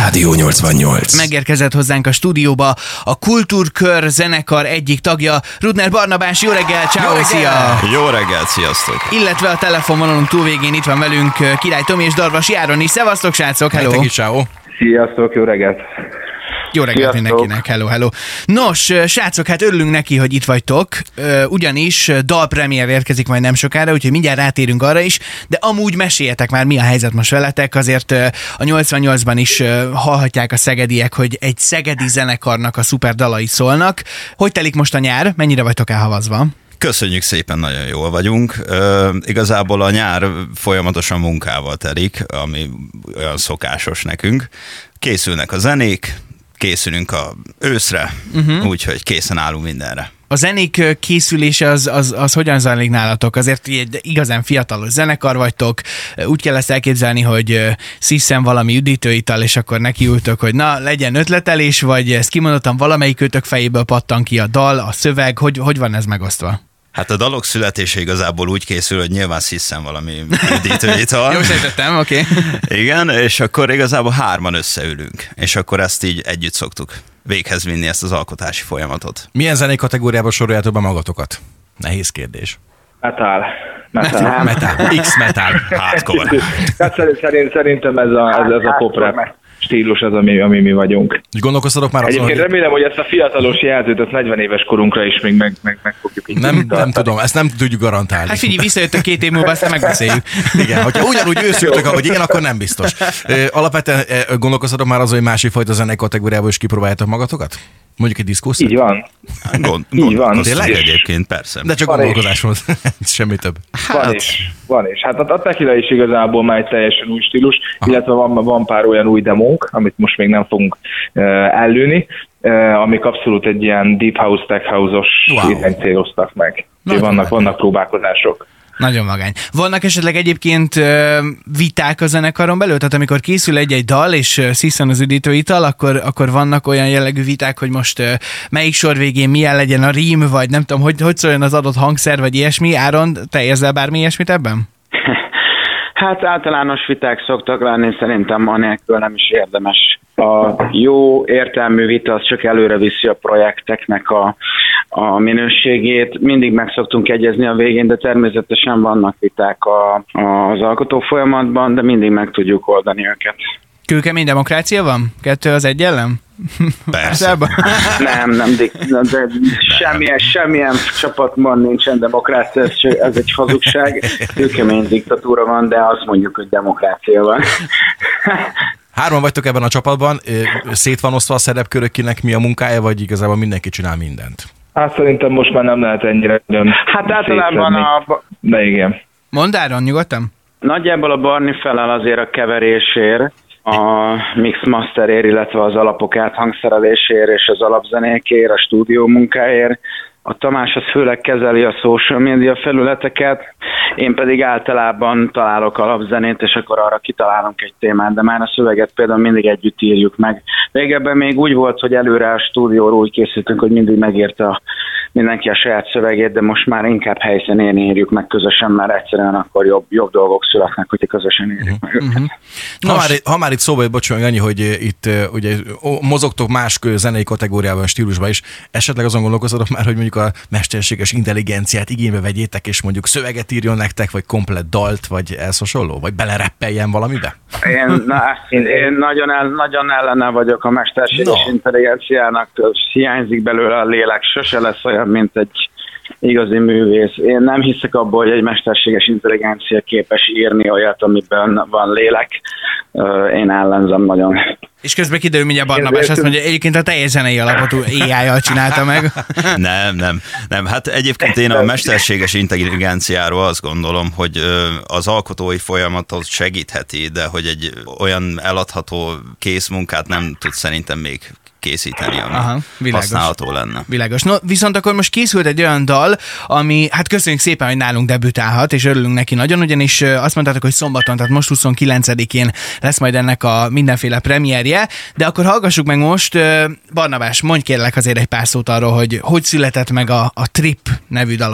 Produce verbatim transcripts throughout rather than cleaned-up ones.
Rádió nyolcvannyolc. Megérkezett hozzánk a stúdióba a Kultúrkör zenekar egyik tagja, Rudner Barnabás. Jó reggel, ciao, szia! Jó reggel, sziasztok! Illetve a telefonvonalunk túlvégén itt van velünk Király Tomi és Darvas Járon is. Szevasztok, srácok, hello! Nektek is, ciao. Sziasztok, jó reggelt! Jó reggelt mindenkinek, hello, hello. Nos, srácok, hát örülünk neki, hogy itt vagytok, ugyanis dalpremiér érkezik majd nem sokára, úgyhogy mindjárt rátérünk arra is, de amúgy meséljetek már, mi a helyzet most veletek, azért a nyolcvannyolcban is hallhatják a szegediek, hogy egy szegedi zenekarnak a szuper dalai szólnak. Hogy telik most a nyár? Mennyire vagytok elhavazva? Köszönjük szépen, nagyon jól vagyunk. Uh, igazából a nyár folyamatosan munkával telik, ami olyan szokásos nekünk. Készülnek a zenék, készülünk a őszre, uh-huh. úgyhogy készen állunk mindenre. A zenék készülése az, az, az hogyan zajlik nálatok? Azért egy igazán fiatalos zenekar vagytok, úgy kell ezt elképzelni, hogy sziszen valami üdítőital, és akkor nekiültök, hogy na, legyen ötletelés, vagy ezt kimondottan valamelyikőtök fejéből pattan ki a dal, a szöveg, hogy, hogy van ez megosztva? Hát a dalok születése igazából úgy készül, hogy nyilván sziszen valami üdítőital. Jó sejtettem, oké. Okay. Igen, és akkor igazából hárman összeülünk, és akkor ezt így együtt szoktuk véghez vinni, ezt az alkotási folyamatot. Milyen zenei kategóriába soroljátok be magatokat? Nehéz kérdés. Metal. Metal. Metal. X-metal. Hardcore. Hát szerint, szerintem ez a, ez, ez a pop-rap stílus az, ami, ami mi vagyunk. És gondolkoztatok már azon, Egyébként hogy... remélem, hogy ezt a fiatalos jelzőt, ezt negyven éves korunkra is még meg, meg, meg fogjuk így. Nem, nem tudom, ezt nem tudjuk garantálni. Hát figyelj, visszajöttök két év múlva, aztán megbeszéljük. Igen, hogyha ugyanúgy őszültök, ahogy én, akkor nem biztos. Alapvetően gondolkoztatok már azon, hogy másik fajta zenei kategóriából is kipróbáljátok magatokat? Mondjuk egy diszkószert? Így van. Gond, Így van. Tényleg egyébként, persze. De csak van gondolkozás volt, semmi több. Hát... Van is, van is. Hát a tequila is igazából már egy teljesen új stílus, aha. illetve van, van pár olyan új demónk, amit most még nem fogunk uh, ellőni, uh, amik abszolút egy ilyen deep house, tech house-os wow. irányt céloztak meg. Vannak, vannak próbálkozások. Nagyon magány. Vannak esetleg egyébként uh, viták a zenekaron belül? Tehát amikor készül egy-egy dal, és uh, sziszen az üdítőital, akkor, akkor vannak olyan jellegű viták, hogy most uh, melyik sor végén milyen legyen a rím, vagy nem tudom, hogy, hogy szóljon az adott hangszer, vagy ilyesmi. Áron, te érzel bármi ilyesmit ebben? Hát általános viták szoktak lenni, szerintem anélkül nem is érdemes. A jó értelmű vita az csak előre viszi a projekteknek a, a minőségét. Mindig meg szoktunk egyezni a végén, de természetesen vannak viták a, az alkotó folyamatban, de mindig meg tudjuk oldani őket. Kőkemény demokrácia van? Kettő az egy ellen? Persze. nem, nem, de, de semmilyen, semmilyen csapatban nincsen demokrácia, ez, ez egy hazugság. Kőkemény diktatúra van, de azt mondjuk, hogy demokrácia van. Hárman vagytok ebben a csapatban, szét van osztva a szerepkörök, kinek mi a munkája, vagy igazából mindenki csinál mindent? Hát szerintem most már nem lehet ennyire. Hát általában a... De igen. Mondd, Áron, nyugodtan. Nagyjából a Barni felel azért a keverésért, a mix-masterért, illetve az alapok áthangszerelésért és az alapzenékért, a stúdió munkáért. A Tamás az főleg kezeli a social media felületeket, én pedig általában találok alapzenét, és akkor arra kitalálunk egy témát, de már a szöveget például mindig együtt írjuk meg. Régebben még úgy volt, hogy előre a stúdióról úgy készültünk, hogy mindig megírta mindenki a saját szövegét, de most már inkább helyszínén írjuk meg közösen, mert egyszerűen akkor jobb, jobb dolgok születnek, hogyha közösen írjuk meg őket. Uh-huh. Ha már, ha már itt szóba jött, bocs, annyi, hogy itt ugye mozogtok más zenei kategóriában, stílusban is, esetleg azon gondolkoztatok már, hogy mondjuk a mesterséges intelligenciát igénybe vegyétek, és mondjuk szöveget írjon nektek, vagy komplett dalt, vagy ez hasonló, vagy belereppeljen valamibe? Én, na, én, én nagyon, el, nagyon ellene vagyok a mesterséges no. intelligenciának, hiányzik belőle a lélek, sose lesz olyan, mint egy igazi művész. Én nem hiszek abból, hogy egy mesterséges intelligencia képes írni olyat, amiben van lélek. Én ellenzem nagyon. És közben kiderül, mindjárt Barnabás azt mondja, egyébként a teljes zenei alapot á í-jal csinálta meg. Nem, nem, nem. Hát egyébként én a mesterséges intelligenciáról azt gondolom, hogy az alkotói folyamatot segítheti, de hogy egy olyan eladható készmunkát nem tud szerintem még készíteni, ami Aha, használható lenne. Világos. No, viszont akkor most készült egy olyan dal, ami, hát köszönjük szépen, hogy nálunk debütálhat, és örülünk neki nagyon, ugyanis azt mondtátok, hogy szombaton, tehát most huszonkilencedikén lesz majd ennek a mindenféle premierje, de akkor hallgassuk meg most, Barnabás, mondj kérlek azért egy pár szót arról, hogy hogy született meg a, a Trip nevű dalotok.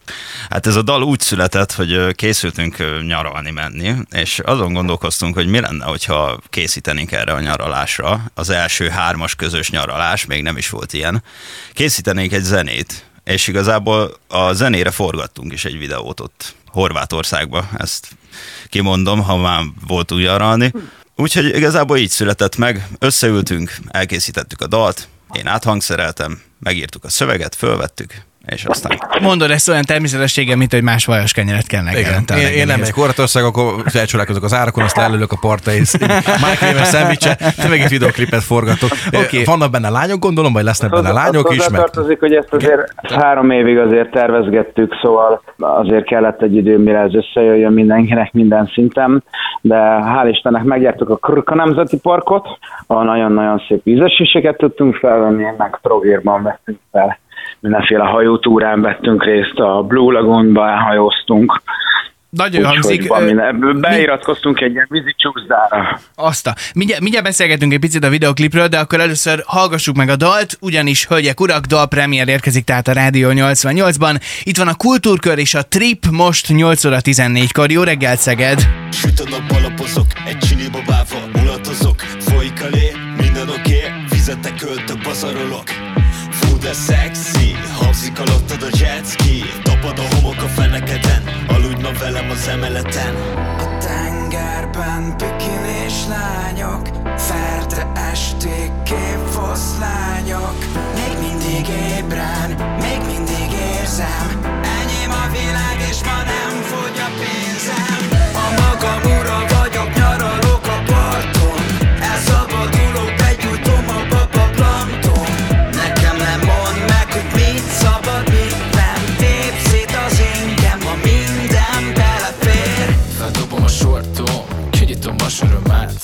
Hát ez a dal úgy született, hogy készültünk nyaralni menni, és azon gondolkoztunk, hogy mi lenne, hogyha készítenénk erre a nyaralásra, az első hármas közös nyaralás, még nem is volt ilyen, készítenénk egy zenét, és igazából a zenére forgattunk is egy videót ott Horvátországba, ezt kimondom, ha már volt úgy nyaralni. Úgyhogy igazából így született meg, összeültünk, elkészítettük a dalt, én áthangszereltem, megírtuk a szöveget, fölvettük, és aztán... Mondod ezt olyan természetességgel, mint hogy más vajas kenyeret kell megjelenteni. Én, én nem megyek Horvátország, akkor felcsodálkozok az árakon, azt lelőlök a partaész, Michael szendvicse, te meg egy videoklipet forgatok. Okay. Vannak benne lányok, gondolom, vagy lesznek benne lányok is? Mert... tartozik, hogy ezt azért három évig azért tervezgettük, szóval azért kellett egy idő, mire ez összejöjjön mindenkinek minden szinten, de hál' Istennek megjártuk a Krka Nemzeti Parkot, ahol nagyon-nagyon szép vízeséseket tudtunk felvenni, meg Trogirban vettünk fel. Mindenféle hajótúrán vettünk részt, a Blue Lagoonba elhajóztunk. Nagyon hangzik. Minden, beiratkoztunk egy ilyen vízi csúszdára. Azt a. Mindjárt, mindjárt beszélgetünk egy picit a videoklipről, de akkor először hallgassuk meg a dalt, ugyanis, hölgyek, urak, dalpremiér érkezik tehát a Rádió nyolcvannyolcban. Itt van a Kultúrkör és a Trip, most nyolc óra tizennégykor. Jó reggel, Szeged! Süt a nap, alapozok, egy csili babával mulatozok, folyik a lé, minden oké, okay, fizetek, költök, pazarolok. Fú, de szexi, hangzik alattad a jetski, tapad a homok a fenekeden, aludj ma velem az emeleten. A tengerben bikinés lányok, ferde esték képfoszlányok. Még mindig ébren, még mindig érzem, enyém a világ és ma nem fogy a pénzem. A magam ura vagyok, nyaralok a parton, elszabadulok, begyújtom a baba plankton. Nekem nem mondd meg, hogy mit szabad, mit nem, tép szét az ingem, ma minden belefér. Feldobom a sortom, kinyitom a sörömet,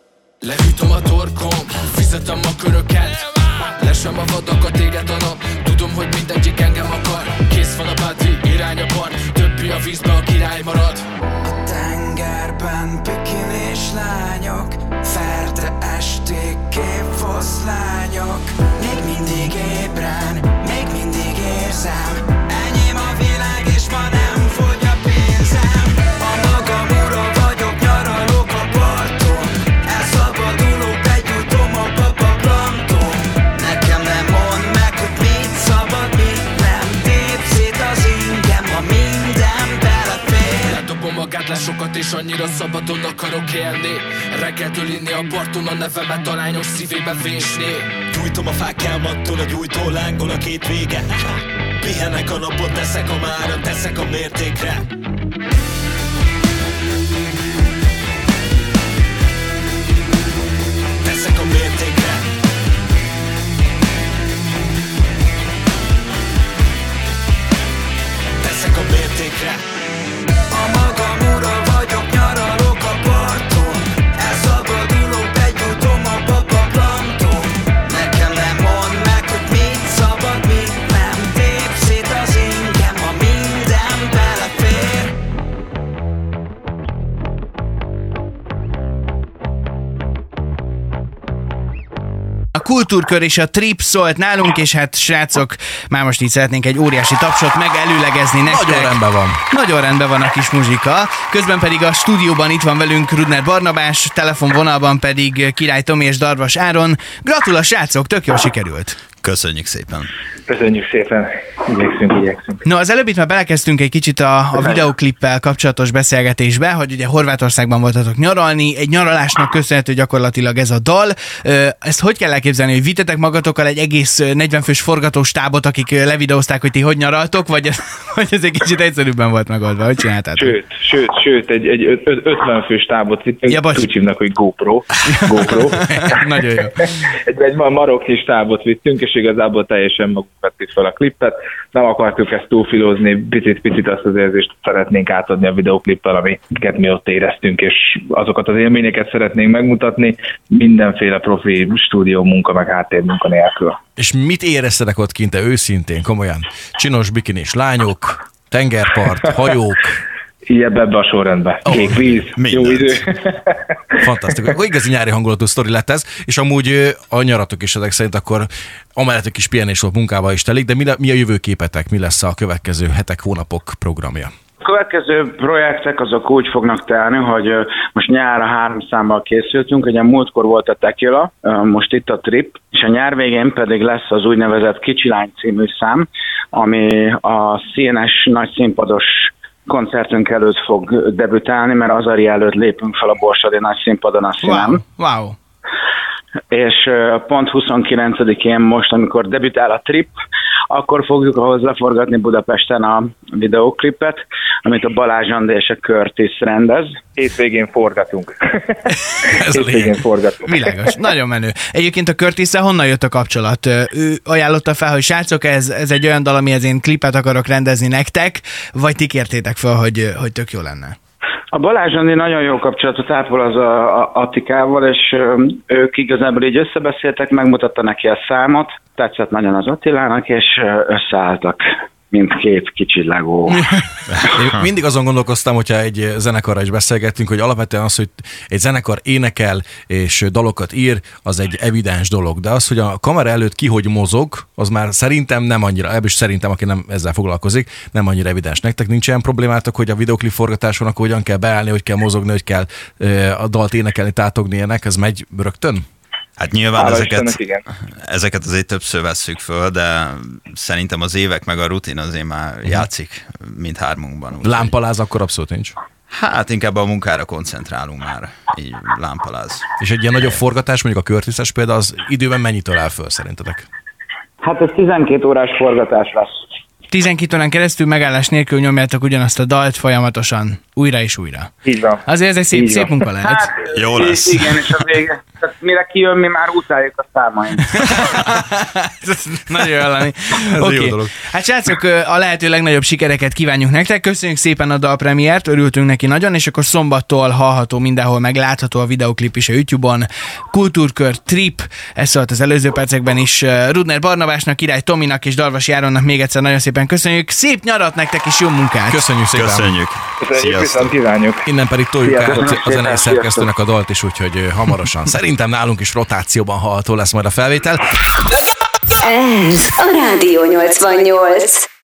lehűtöm a torkom, fizetem a köröket, lesem a vadakat, éget a nap, tudom, hogy mindegyik engem akar. Kész van a báti, irány a part, többi a vízbe, a király marad. A tengerben bikinés lányok, ferde esték képfoszlányok. Még mindig ébren, még mindig érzem, enyém a világ és ma nem fogy a pénzem. A magam ura vagyok, nyaralok a parton, elszabadulok, begyújtom a baba plankton. Nekem nem mondd meg, hogy mit szabad, mit nem, tép szét az ingem, ma minden belefér. Ledobom a gátlásokat és annyira szabadon akarok élni, reggeltől inni a parton, a nevemet a lányos szívébe vésni. Gyújtom a fákjámattól, a gyújtó lángol a két vége. Pihenek a napot, teszek a mára, teszek a mértékre. Teszek a mértékre. Teszek a mértékre. A magam ura vagyok, nyaralok a parton, elszabadulok, begyújtom a baba plankton. Nekem nem mondd meg, hogy mit szabad, mit nem, tép szét az ingem, ma minden belefér. A Kultúrkör és a Trip szólt nálunk, és hát srácok, már most így szeretnénk egy óriási tapsot megelőlegezni nektek. Nagyon rendben van. Nagyon rendben van a kis muzsika. Közben pedig a stúdióban itt van velünk Rudner Barnabás, telefonvonalban pedig Király Tomi és Darvas Áron. Gratulál, srácok, tök jól sikerült. Köszönjük szépen. Köszönjük szépen. Igyekszünk, igyekszünk. No, az előbb itt már belekezdtünk egy kicsit a, a videoklippel kapcsolatos beszélgetésbe, hogy ugye Horvátországban voltatok nyaralni, egy nyaralásnak köszönhető gyakorlatilag ez a dal. Ezt hogy kell elképzelni, hogy vittetek magatokkal egy egész negyven fős forgatóstábot, akik levideózták, hogy ti hogy nyaraltok, vagy, vagy ez egy kicsit egyszerűbben volt megoldva? Hogy csináltátok? Sőt, sőt, sőt, egy, egy ötven fős tábot vittünk, ja, úgy hívnak, hogy GoPro. GoPro. Nagyon jó. Egy, egy maroknyi tábot vittünk, és igazából teljesen maguk vettük fel a klippet. Nem akartuk ezt túlfilozni, picit-picit azt az érzést szeretnénk átadni a videoklippel, amiket mi ott éreztünk, és azokat az élményeket szeretnénk megmutatni, mindenféle profi stúdió munka, meg háttérmunka nélkül. És mit éreztetek ott kint, őszintén, komolyan? Csinos bikinis lányok, tengerpart, hajók? így ebbe, ebbe a sorrendbe. Oh, Kék víz, mindent. jó idő. Fantasztikus. Akkor igazi nyári hangulatú sztori lett ez, és amúgy a nyaratok is ezek szerint akkor amellett egy kis pihenés volt, munkával is telik, de mi, mi a jövőképetek, mi lesz a következő hetek, hónapok programja? A következő projektek azok úgy fognak telni, hogy most nyárra három számmal készültünk, ugye múltkor volt a Tequila, most itt a Trip, és a nyár végén pedig lesz az úgynevezett Kicsilány című szám, ami a színes, nagy színpados koncertünk előtt fog debütálni, mert Azari előtt lépünk fel a Borsodi nagy színpadon a színen. Wow, wow. És pont huszonkilencedikén most, amikor debütál a Trip, akkor fogjuk ahhoz leforgatni Budapesten a videóklipet, amit a Balázs Andi és a Curtis rendez. Hétvégén forgatunk. Ez a Hétvégén forgatunk. Világos, nagyon menő. Egyébként a Curtis-szel honnan jött a kapcsolat? Ő ajánlotta fel, hogy srácok, ez, ez egy olyan dal, amihez én klipet akarok rendezni nektek, vagy ti kértétek fel, hogy, hogy tök jó lenne? A Balázs Andi nagyon jó kapcsolatot ápol az a, a Attikával, és ö, ők igazából így összebeszéltek, megmutatta neki a számot, tetszett nagyon az Attilának, és ö, összeálltak, mint két kicsi legó. Én mindig azon gondolkoztam, hogyha egy zenekarra is beszélgettünk, hogy alapvetően az, hogy egy zenekar énekel és dalokat ír, az egy evidens dolog. De az, hogy a kamera előtt ki hogy mozog, az már szerintem nem annyira, ebből is szerintem, aki nem ezzel foglalkozik, nem annyira evidens. Nektek nincs ilyen problémátok, hogy a videoklip forgatáson akkor hogyan kell beállni, hogy kell mozogni, hogy kell a dalt énekelni, tátogni ilyenek, ez megy rögtön? Hát nyilván Hála ezeket, Istennek, igen. ezeket azért többször vesszük föl, de szerintem az évek meg a rutin azért már játszik mindhármunkban. Úgy. Lámpaláz akkor abszolút nincs. Hát inkább a munkára koncentrálunk már, így lámpaláz. És egy ilyen nagyobb forgatás, mondjuk a Curtis-es példa, az időben mennyitől áll föl szerintetek? Hát ez tizenkét órás forgatás lesz. tizenkét órán keresztül megállás nélkül nyomjátok ugyanazt a dalt folyamatosan, újra és újra. Így van. Azért ez egy szép, Így van. szép munka lehet. Hát, Jó lesz. Igen, és a vége. Tehát mire kijön, mi már utáljuk a számaink. Nagyon jó lenni. Ez Oké. jó dolog. Hát srácok, a lehető legnagyobb sikereket kívánjuk nektek. Köszönjük szépen a dalpremiért, örültünk neki nagyon, és akkor szombattól hallható, mindenhol meglátható a videoklip is a YouTube-on. Kultúrkör, Trip, ez szólt az előző percekben is. Rudner Barnabásnak, Király Tominak és Darvasi Áronnak még egyszer nagyon szépen köszönjük. Szép nyarat nektek és jó munkát! Köszönjük szépen! Köszönjük. Köszönjük, viszont kívánjuk. Innen pedig toljuk Sziasztok. át a zenei Sziasztok. szerkesztőnek a dalt is, úgyhogy ö, hamarosan. Szerintem nálunk is rotációban hallható lesz majd a felvétel. Ez a Rádió nyolcvannyolc.